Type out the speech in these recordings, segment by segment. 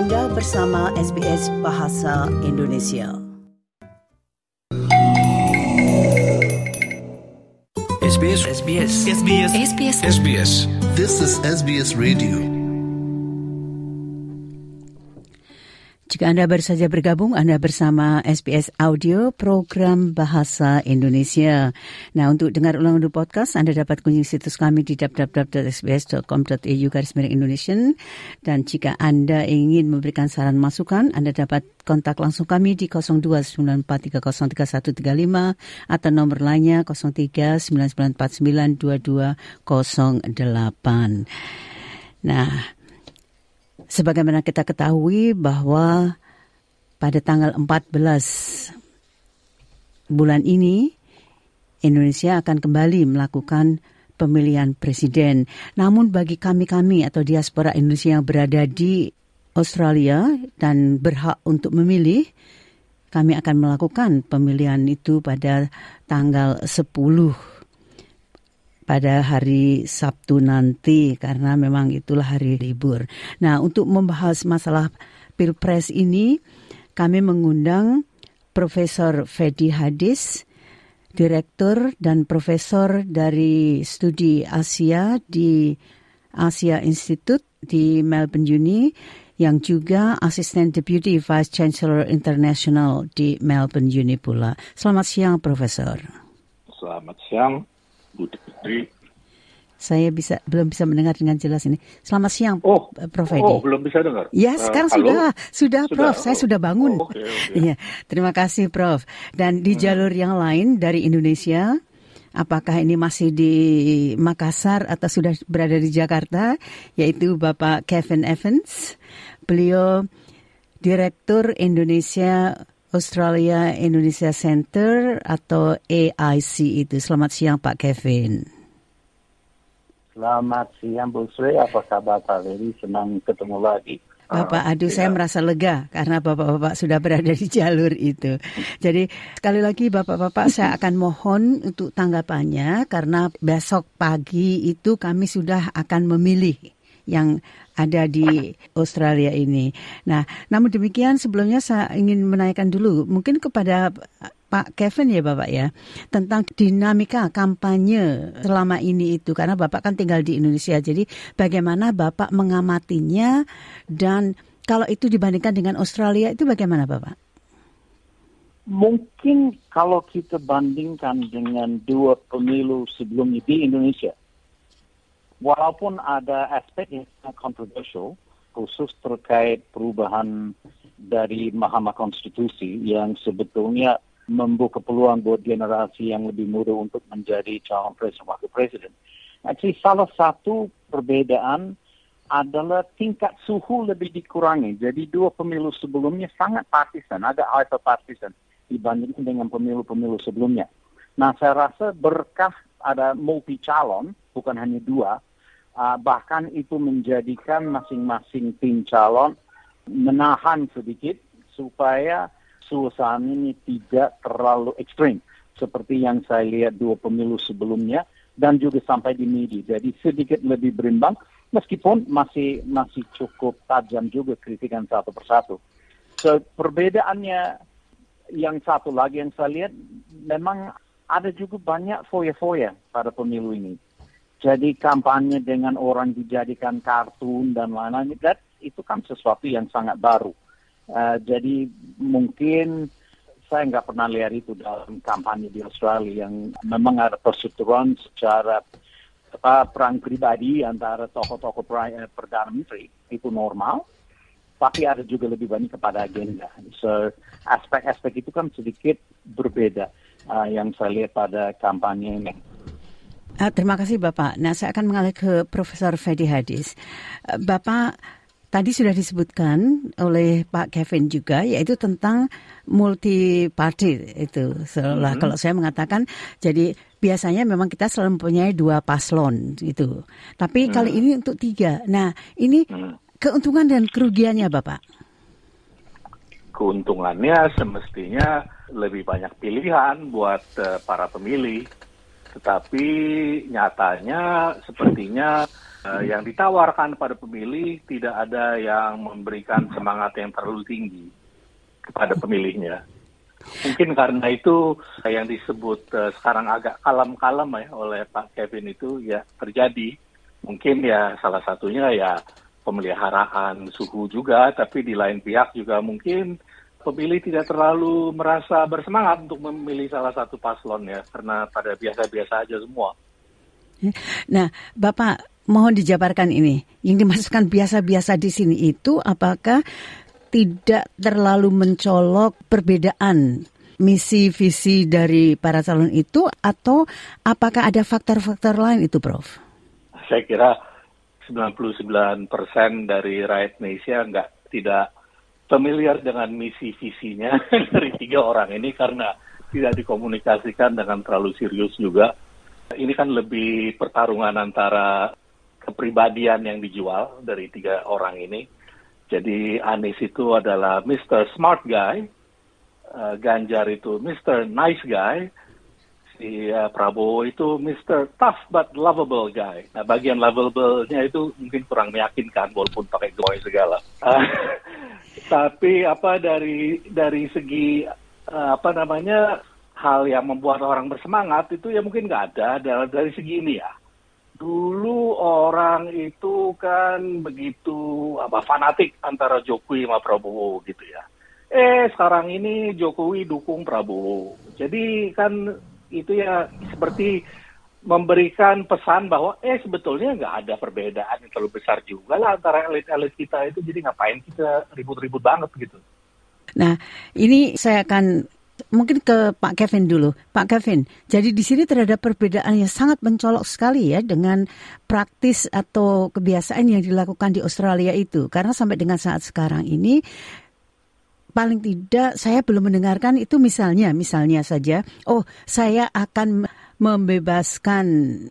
Anda bersama SBS Bahasa Indonesia. SBS. This is SBS Radio. Jika Anda baru saja bergabung, Anda bersama SBS Audio, program Bahasa Indonesia. Nah, untuk dengar ulang podcast, Anda dapat kunjungi situs kami di www.sbs.com.au/Indonesian. Dan jika Anda ingin memberikan saran masukan, Anda dapat kontak langsung kami di 0294303135 atau nomor lainnya 0399492208. Nah, sebagaimana kita ketahui bahwa pada tanggal 14 bulan ini Indonesia akan kembali melakukan pemilihan presiden. Namun bagi kami atau diaspora Indonesia yang berada di Australia dan berhak untuk memilih, kami akan melakukan pemilihan itu pada tanggal 10 pada hari Sabtu nanti karena memang itulah hari libur. Nah, untuk membahas masalah Pilpres ini, kami mengundang Profesor Fedi Hadis, Direktur dan Profesor dari Studi Asia di Asia Institute di Melbourne Uni, yang juga Asisten Deputy Vice Chancellor International di Melbourne Uni pula. Selamat siang, Profesor. Selamat siang, Bu Putri. Saya belum bisa mendengar dengan jelas ini. Selamat siang, Prof. Edi. Belum bisa dengar? Ya, sekarang sudah, Prof. Saya sudah bangun. Okay. Ya, terima kasih, Prof. Dan di jalur yang lain dari Indonesia, apakah ini masih di Makassar atau sudah berada di Jakarta, yaitu Bapak Kevin Evans. Beliau Direktur Australia Indonesia Center atau AIC itu. Selamat siang, Pak Kevin. Selamat siang, Bu Sri. Apa kabar, Pak Fedi? Senang ketemu lagi. Bapak, saya merasa lega karena Bapak-Bapak sudah berada di jalur itu. Jadi, sekali lagi Bapak-Bapak saya akan mohon untuk tanggapannya karena besok pagi itu kami sudah akan memilih yang ada di Australia ini. Nah, namun demikian sebelumnya saya ingin menanyakan dulu mungkin kepada Pak Kevin ya Bapak ya, tentang dinamika kampanye selama ini itu, karena Bapak kan tinggal di Indonesia, jadi bagaimana Bapak mengamatinya dan kalau itu dibandingkan dengan Australia itu bagaimana Bapak? Mungkin kalau kita bandingkan dengan dua pemilu sebelumnya di Indonesia, walaupun ada aspek yang sangat kontroversial, khusus terkait perubahan dari Mahkamah Konstitusi yang sebetulnya membuka peluang buat generasi yang lebih muda untuk menjadi calon presiden, wakil presiden. Actually, salah satu perbedaan adalah tingkat suhu lebih dikurangi. Jadi dua pemilu sebelumnya sangat partisan, agak hyper-partisan dibandingkan dengan pemilu-pemilu sebelumnya. Nah, saya rasa berkah ada multi calon, bukan hanya dua, bahkan itu menjadikan masing-masing tim calon menahan sedikit supaya suasana ini tidak terlalu ekstrim seperti yang saya lihat dua pemilu sebelumnya dan juga sampai di media. Jadi sedikit lebih berimbang meskipun masih cukup tajam juga kritikan satu persatu. So, perbedaannya yang satu lagi yang saya lihat memang ada juga banyak foya-foya pada pemilu ini. Jadi kampanye dengan orang dijadikan kartun dan lain-lain itu kan sesuatu yang sangat baru. Jadi mungkin saya nggak pernah lihat itu dalam kampanye di Australia yang memang ada perseteruan secara perang pribadi antara tokoh-tokoh Perdana Menteri itu normal, tapi ada juga lebih banyak kepada agenda. So aspek-aspek itu kan sedikit berbeda yang saya lihat pada kampanye ini. Terima kasih Bapak. Nah, saya akan mengalih ke Profesor Fedi Hadis. Bapak, tadi sudah disebutkan oleh Pak Kevin juga, yaitu tentang multi-party itu. Kalau saya mengatakan, jadi biasanya memang kita selalu mempunyai dua paslon itu. Tapi kali ini untuk tiga. Nah, ini keuntungan dan kerugiannya Bapak? Keuntungannya semestinya lebih banyak pilihan buat para pemilih. Tetapi nyatanya sepertinya Yang ditawarkan pada pemilih tidak ada yang memberikan semangat yang terlalu tinggi kepada pemilihnya. Mungkin karena itu yang disebut sekarang agak kalem-kalem ya oleh Pak Kevin itu ya terjadi. Mungkin ya salah satunya ya pemeliharaan suhu juga, tapi di lain pihak juga mungkin pemilih tidak terlalu merasa bersemangat untuk memilih salah satu paslon ya, karena pada biasa-biasa aja semua. Nah, Bapak mohon dijabarkan ini. Yang dimasukkan biasa-biasa di sini itu apakah tidak terlalu mencolok perbedaan misi visi dari para calon itu, atau apakah ada faktor-faktor lain itu, Prof? Saya kira 99% dari rakyat Indonesia tidak familiar dengan misi visinya dari 3 orang ini karena tidak dikomunikasikan dengan terlalu serius juga. Ini kan lebih pertarungan antara kepribadian yang dijual dari 3 orang ini. Jadi Anies itu adalah Mr. Smart Guy, Ganjar itu Mr. Nice Guy, si Prabowo itu Mr. Tough but Lovable Guy. Nah, bagian lovable-nya itu mungkin kurang meyakinkan walaupun pakai goy segala. Tapi dari segi hal yang membuat orang bersemangat itu ya mungkin nggak ada dari segi ini ya. Dulu orang itu kan begitu fanatik antara Jokowi sama Prabowo gitu ya. Sekarang ini Jokowi dukung Prabowo. Jadi kan itu ya seperti memberikan pesan bahwa sebetulnya nggak ada perbedaan yang terlalu besar juga lah antara elit-elit kita itu. Jadi ngapain kita ribut-ribut banget gitu. Nah, ini saya akan mungkin ke Pak Kevin dulu. Pak Kevin, jadi di sini terhadap perbedaan yang sangat mencolok sekali ya dengan praktis atau kebiasaan yang dilakukan di Australia itu. Karena sampai dengan saat sekarang ini, paling tidak saya belum mendengarkan itu misalnya saja, saya akan membebaskan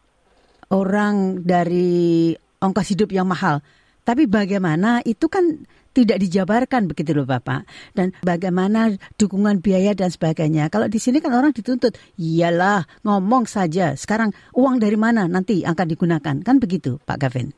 orang dari ongkos hidup yang mahal. Tapi bagaimana itu kan tidak dijabarkan begitu loh Bapak. Dan bagaimana dukungan biaya dan sebagainya. Kalau di sini kan orang dituntut, iyalah ngomong saja. Sekarang uang dari mana nanti akan digunakan. Kan begitu Pak Gavin?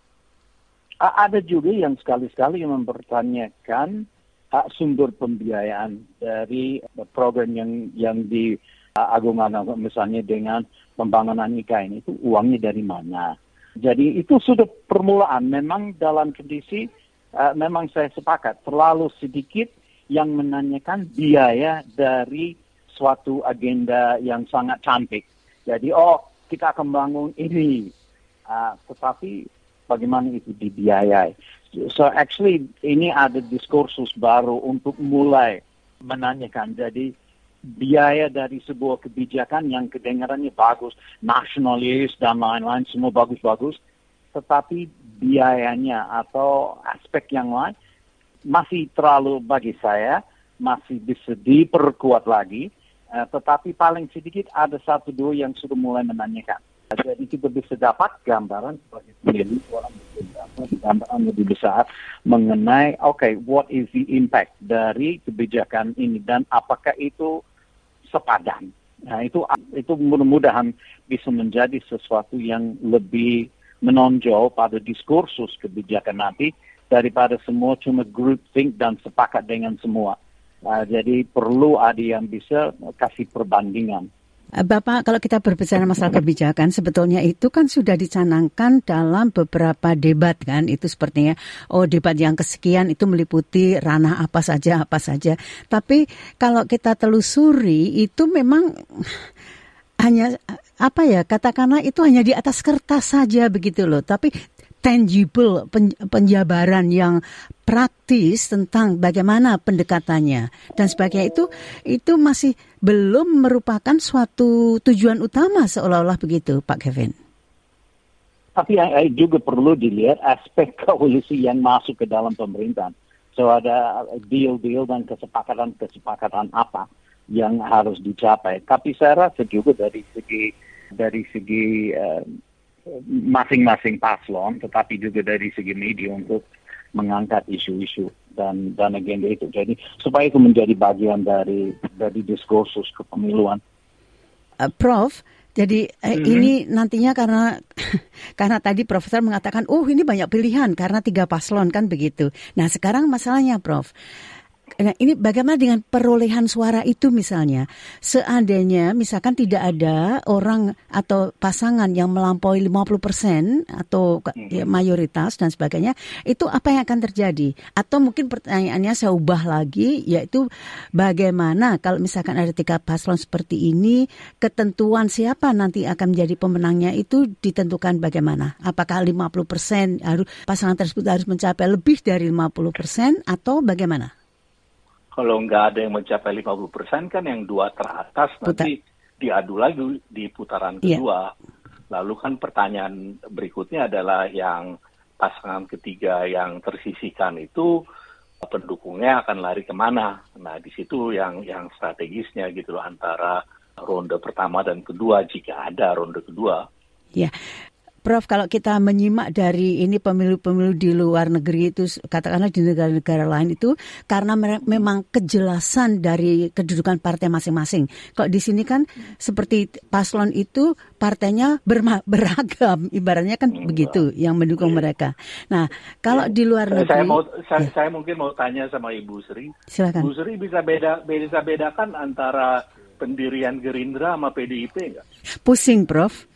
Ada juga yang sekali-sekali mempertanyakan sumber pembiayaan dari program yang diagungkan misalnya dengan pembangunan IKN itu uangnya dari mana. Jadi itu sudah permulaan. Memang dalam kondisi memang saya sepakat terlalu sedikit yang menanyakan biaya dari suatu agenda yang sangat cantik. Jadi kita akan bangun ini, tetapi bagaimana itu dibiayai. So actually ini ada diskursus baru untuk mulai menanyakan. Jadi biaya dari sebuah kebijakan yang kedengarannya bagus, nasionalis dan lain-lain semua bagus-bagus, tetapi biayanya atau aspek yang lain masih terlalu bagi saya masih bisa diperkuat lagi, tetapi paling sedikit ada 1-2 yang sudah mulai menanyakan. Jadi kita bisa dapat gambaran sebagai pemilih orang gambaran lebih besar mengenai what is the impact dari kebijakan ini dan apakah itu sepadan. Nah, itu mudah-mudahan bisa menjadi sesuatu yang lebih menonjol pada diskursus kebijakan nanti daripada semua cuma groupthink dan sepakat dengan semua. Jadi perlu ada yang bisa kasih perbandingan. Bapak, kalau kita berbicara masalah kebijakan, sebetulnya itu kan sudah dicanangkan dalam beberapa debat kan. Itu sepertinya, debat yang kesekian itu meliputi ranah apa saja. Tapi kalau kita telusuri, itu memang hanya, katakanlah itu hanya di atas kertas saja begitu loh. Tapi tangible, penjabaran yang praktis tentang bagaimana pendekatannya dan sebagainya itu masih belum merupakan suatu tujuan utama seolah-olah begitu, Pak Kevin. Tapi juga perlu dilihat aspek koalisi yang masuk ke dalam pemerintahan. So ada deal-deal dan kesepakatan apa yang harus dicapai. Tapi saya rasa juga dari segi masing-masing paslon, tetapi juga dari segi media untuk mengangkat isu-isu dan agenda itu. Jadi supaya itu menjadi bagian dari diskursus kepemiluan. Prof, Jadi ini nantinya karena tadi Profesor mengatakan, ini banyak pilihan karena 3 paslon kan begitu. Nah sekarang masalahnya Prof, nah, ini bagaimana dengan perolehan suara itu misalnya? Seandainya misalkan tidak ada orang atau pasangan yang melampaui 50% atau mayoritas dan sebagainya, itu apa yang akan terjadi? Atau mungkin pertanyaannya saya ubah lagi, yaitu bagaimana kalau misalkan ada 3 paslon seperti ini, ketentuan siapa nanti akan menjadi pemenangnya itu ditentukan bagaimana? Apakah 50% pasangan tersebut harus mencapai lebih dari 50% atau bagaimana? Kalau nggak ada yang mencapai 50% kan yang 2 teratas nanti diadu lagi di putaran kedua. Lalu kan pertanyaan berikutnya adalah yang pasangan ketiga yang tersisihkan itu pendukungnya akan lari kemana? Nah di situ yang strategisnya gitu loh, antara ronde pertama dan kedua jika ada ronde kedua. Ya. Prof, kalau kita menyimak dari ini pemilu-pemilu di luar negeri itu, katakanlah di negara-negara lain itu, karena memang kejelasan dari kedudukan partai masing-masing. Kalau di sini kan seperti paslon itu partainya beragam, ibaratnya kan begitu yang mendukung mereka. Nah, kalau di luar negeri... Saya mungkin mau tanya sama Ibu Sri. Silakan. Ibu Sri bisa bedakan antara pendirian Gerindra sama PDIP nggak? Pusing, Prof.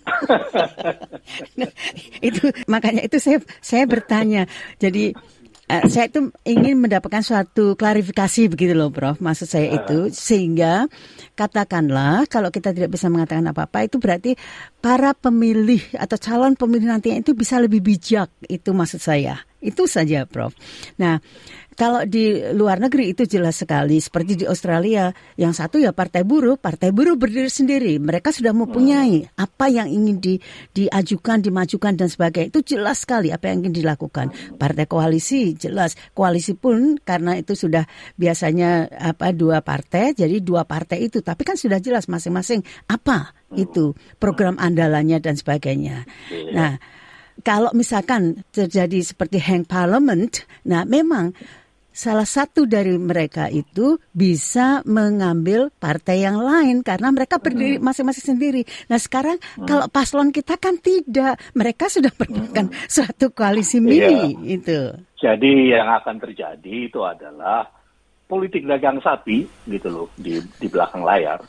Itu makanya itu saya bertanya. Jadi saya itu ingin mendapatkan suatu klarifikasi begitu loh, Prof. Maksud saya itu sehingga katakanlah kalau kita tidak bisa mengatakan apa-apa, itu berarti para pemilih atau calon pemilih nantinya itu bisa lebih bijak, itu maksud saya. Itu saja, Prof. Nah, kalau di luar negeri itu jelas sekali. Seperti di Australia, yang satu ya Partai Buruh berdiri sendiri. Mereka sudah mempunyai apa yang ingin diajukan, dimajukan dan sebagainya. Itu jelas sekali apa yang ingin dilakukan. Partai koalisi jelas. Koalisi pun karena itu sudah biasanya 2 partai, jadi 2 partai itu. Tapi kan sudah jelas masing-masing apa itu program andalannya dan sebagainya. Nah, kalau misalkan terjadi seperti hang parliament, nah memang salah satu dari mereka itu bisa mengambil partai yang lain karena mereka berdiri masing-masing sendiri. Nah sekarang kalau paslon kita kan tidak, mereka sudah merupakan suatu koalisi mini itu. Jadi yang akan terjadi itu adalah politik dagang sapi gitu loh di belakang layar.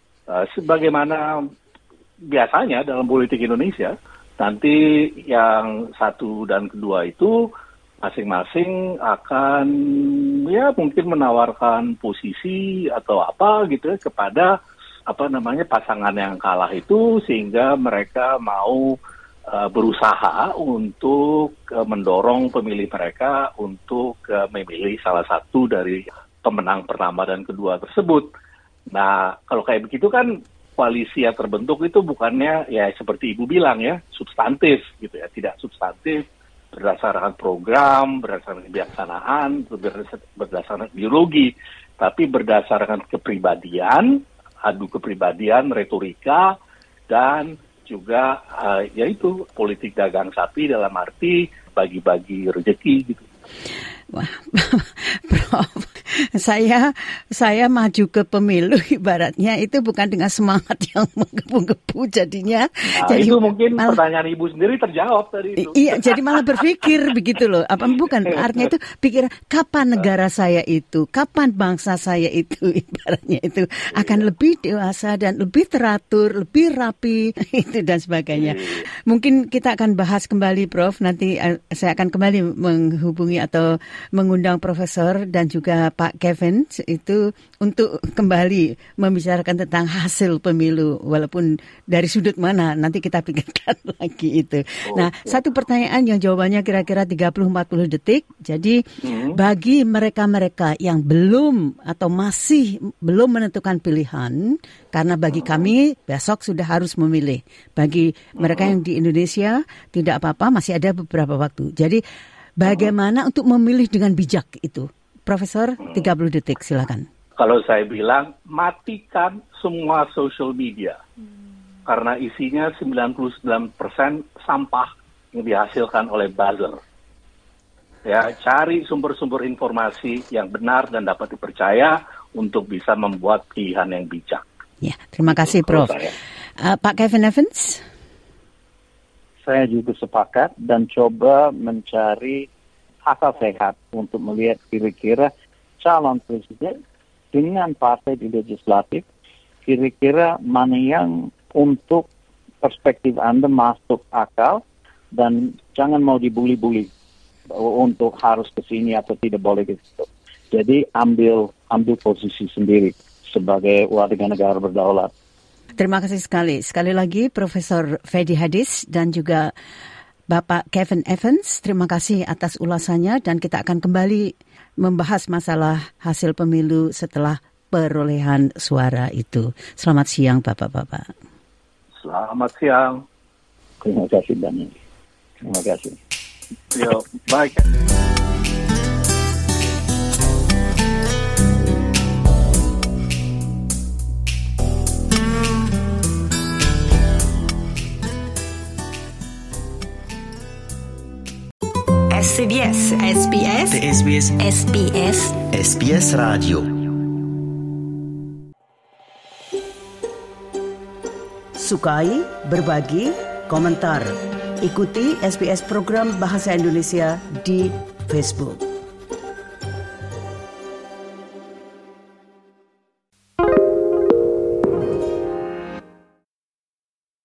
Sebagaimana biasanya dalam politik Indonesia, nanti yang 1 dan kedua itu masing-masing akan mungkin menawarkan posisi atau apa gitu kepada pasangan yang kalah itu, sehingga mereka mau berusaha untuk mendorong pemilih mereka untuk memilih salah satu dari pemenang pertama dan kedua tersebut. Nah, kalau kayak begitu kan koalisi yang terbentuk itu bukannya ya seperti Ibu bilang ya, substantif gitu ya, tidak substantif, berdasarkan program, berdasarkan kebijaksanaan, berdasarkan ideologi, tapi berdasarkan kepribadian, adu kepribadian, retorika, dan juga yaitu politik dagang sapi dalam arti bagi-bagi rezeki gitu. Wah, Prof, saya maju ke pemilu ibaratnya itu bukan dengan semangat yang menggebu-gebu jadinya. Nah, jadi itu mungkin pertanyaan Ibu sendiri terjawab tadi itu. Iya, jadi malah berpikir begitu loh. Apa bukan artinya itu pikir kapan negara saya itu, kapan bangsa saya itu ibaratnya itu akan lebih dewasa dan lebih teratur, lebih rapi itu dan sebagainya. Mungkin kita akan bahas kembali, Prof. Nanti saya akan kembali menghubungi atau mengundang Profesor dan juga Pak Kevin itu untuk kembali membicarakan tentang hasil pemilu walaupun dari sudut mana nanti kita pikirkan lagi itu. Nah, satu pertanyaan yang jawabannya kira-kira 30-40 detik. Jadi bagi mereka-mereka yang belum atau masih belum menentukan pilihan, karena bagi kami besok sudah harus memilih. Bagi mereka yang di Indonesia tidak apa-apa, masih ada beberapa waktu. Jadi bagaimana untuk memilih dengan bijak itu? Profesor, 30 detik, silakan. Kalau saya bilang, matikan semua social media. Karena isinya 99% sampah yang dihasilkan oleh buzzer. Ya, cari sumber-sumber informasi yang benar dan dapat dipercaya untuk bisa membuat pilihan yang bijak. Ya, terima kasih, Prof. Pak Kevin Evans? Saya juga sepakat dan coba mencari akal sehat untuk melihat kira-kira calon presiden dengan partai di legislatif, kira-kira mana yang untuk perspektif Anda masuk akal dan jangan mau dibuli-buli untuk harus ke sini atau tidak boleh ke situ. Jadi ambil posisi sendiri sebagai warga negara berdaulat. Terima kasih sekali. Sekali lagi Profesor Fedi Hadis dan juga Bapak Kevin Evans, terima kasih atas ulasannya dan kita akan kembali membahas masalah hasil pemilu setelah perolehan suara itu. Selamat siang Bapak-Bapak. Selamat siang. Terima kasih banyak. Terima kasih. Yo, baik. SBS Radio. Sukai, berbagi, komentar. Ikuti SBS program Bahasa Indonesia di Facebook.